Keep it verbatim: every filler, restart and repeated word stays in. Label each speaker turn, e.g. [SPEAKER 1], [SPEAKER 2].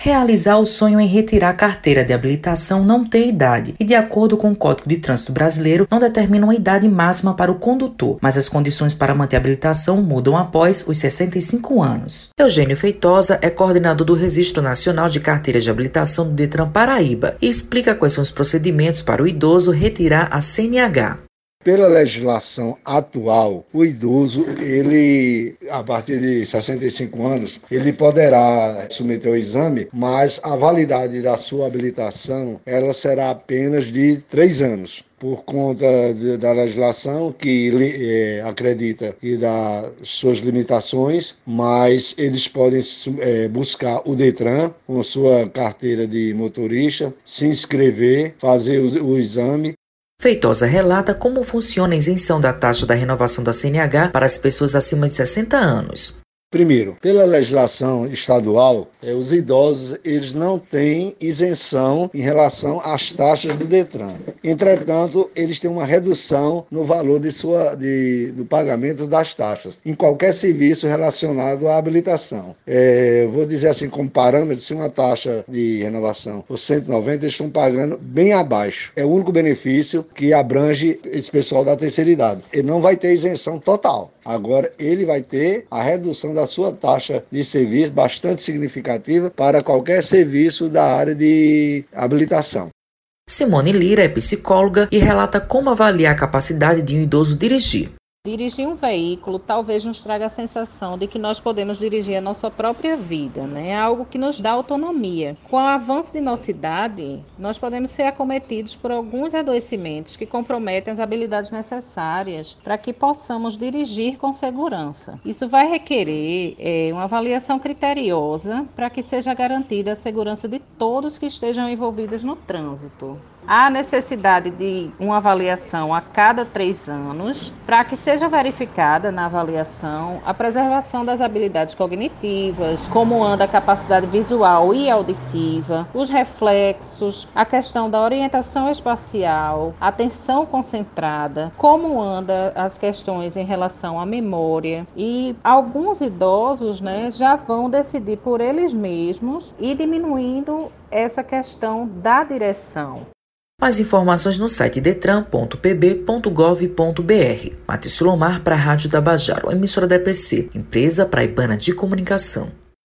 [SPEAKER 1] Realizar o sonho em retirar a carteira de habilitação não tem idade e, de acordo com o Código de Trânsito Brasileiro, não determina uma idade máxima para o condutor, mas as condições para manter a habilitação mudam após os sessenta e cinco anos. Eugênio Feitosa é coordenador do Registro Nacional de Carteiras de Habilitação do Detran Paraíba e explica quais são os procedimentos para o idoso retirar a C N H.
[SPEAKER 2] Pela legislação atual, o idoso, ele, a partir de sessenta e cinco anos, ele poderá submeter o exame, mas a validade da sua habilitação, ela será apenas de três anos. Por conta de, da legislação que é, acredita que dá suas limitações, mas eles podem é, buscar o Detran com sua carteira de motorista, se inscrever, fazer o, o exame.
[SPEAKER 1] Feitosa relata como funciona a isenção da taxa da renovação da C N H para as pessoas acima de sessenta anos.
[SPEAKER 2] Primeiro, pela legislação estadual, eh, os idosos eles não têm isenção em relação às taxas do Detran. Entretanto, eles têm uma redução no valor de sua, de, do pagamento das taxas, em qualquer serviço relacionado à habilitação. Eh, vou dizer assim, como parâmetro, se uma taxa de renovação for cento e noventa, eles estão pagando bem abaixo. É o único benefício que abrange esse pessoal da terceira idade. Ele não vai ter isenção total. Agora, ele vai ter a redução da sua taxa de serviço bastante significativa para qualquer serviço da área de habilitação.
[SPEAKER 1] Simone Lira é psicóloga e relata como avaliar a capacidade de um idoso dirigir.
[SPEAKER 3] Dirigir um veículo talvez nos traga a sensação de que nós podemos dirigir a nossa própria vida, né? É algo que nos dá autonomia. Com o avanço de nossa idade, nós podemos ser acometidos por alguns adoecimentos que comprometem as habilidades necessárias para que possamos dirigir com segurança. Isso vai requerer é, uma avaliação criteriosa para que seja garantida a segurança de todos que estejam envolvidos no trânsito. Há necessidade de uma avaliação a cada três anos para que seja verificada na avaliação a preservação das habilidades cognitivas, como anda a capacidade visual e auditiva, os reflexos, a questão da orientação espacial, atenção concentrada, como anda as questões em relação à memória. E alguns idosos, né, já vão decidir por eles mesmos e diminuindo essa questão da direção.
[SPEAKER 1] Mais informações no site detran ponto p b ponto gov ponto b r. Matrício Lomar para a Rádio Tabajara, emissora da E P C, Empresa Paraibana de Comunicação.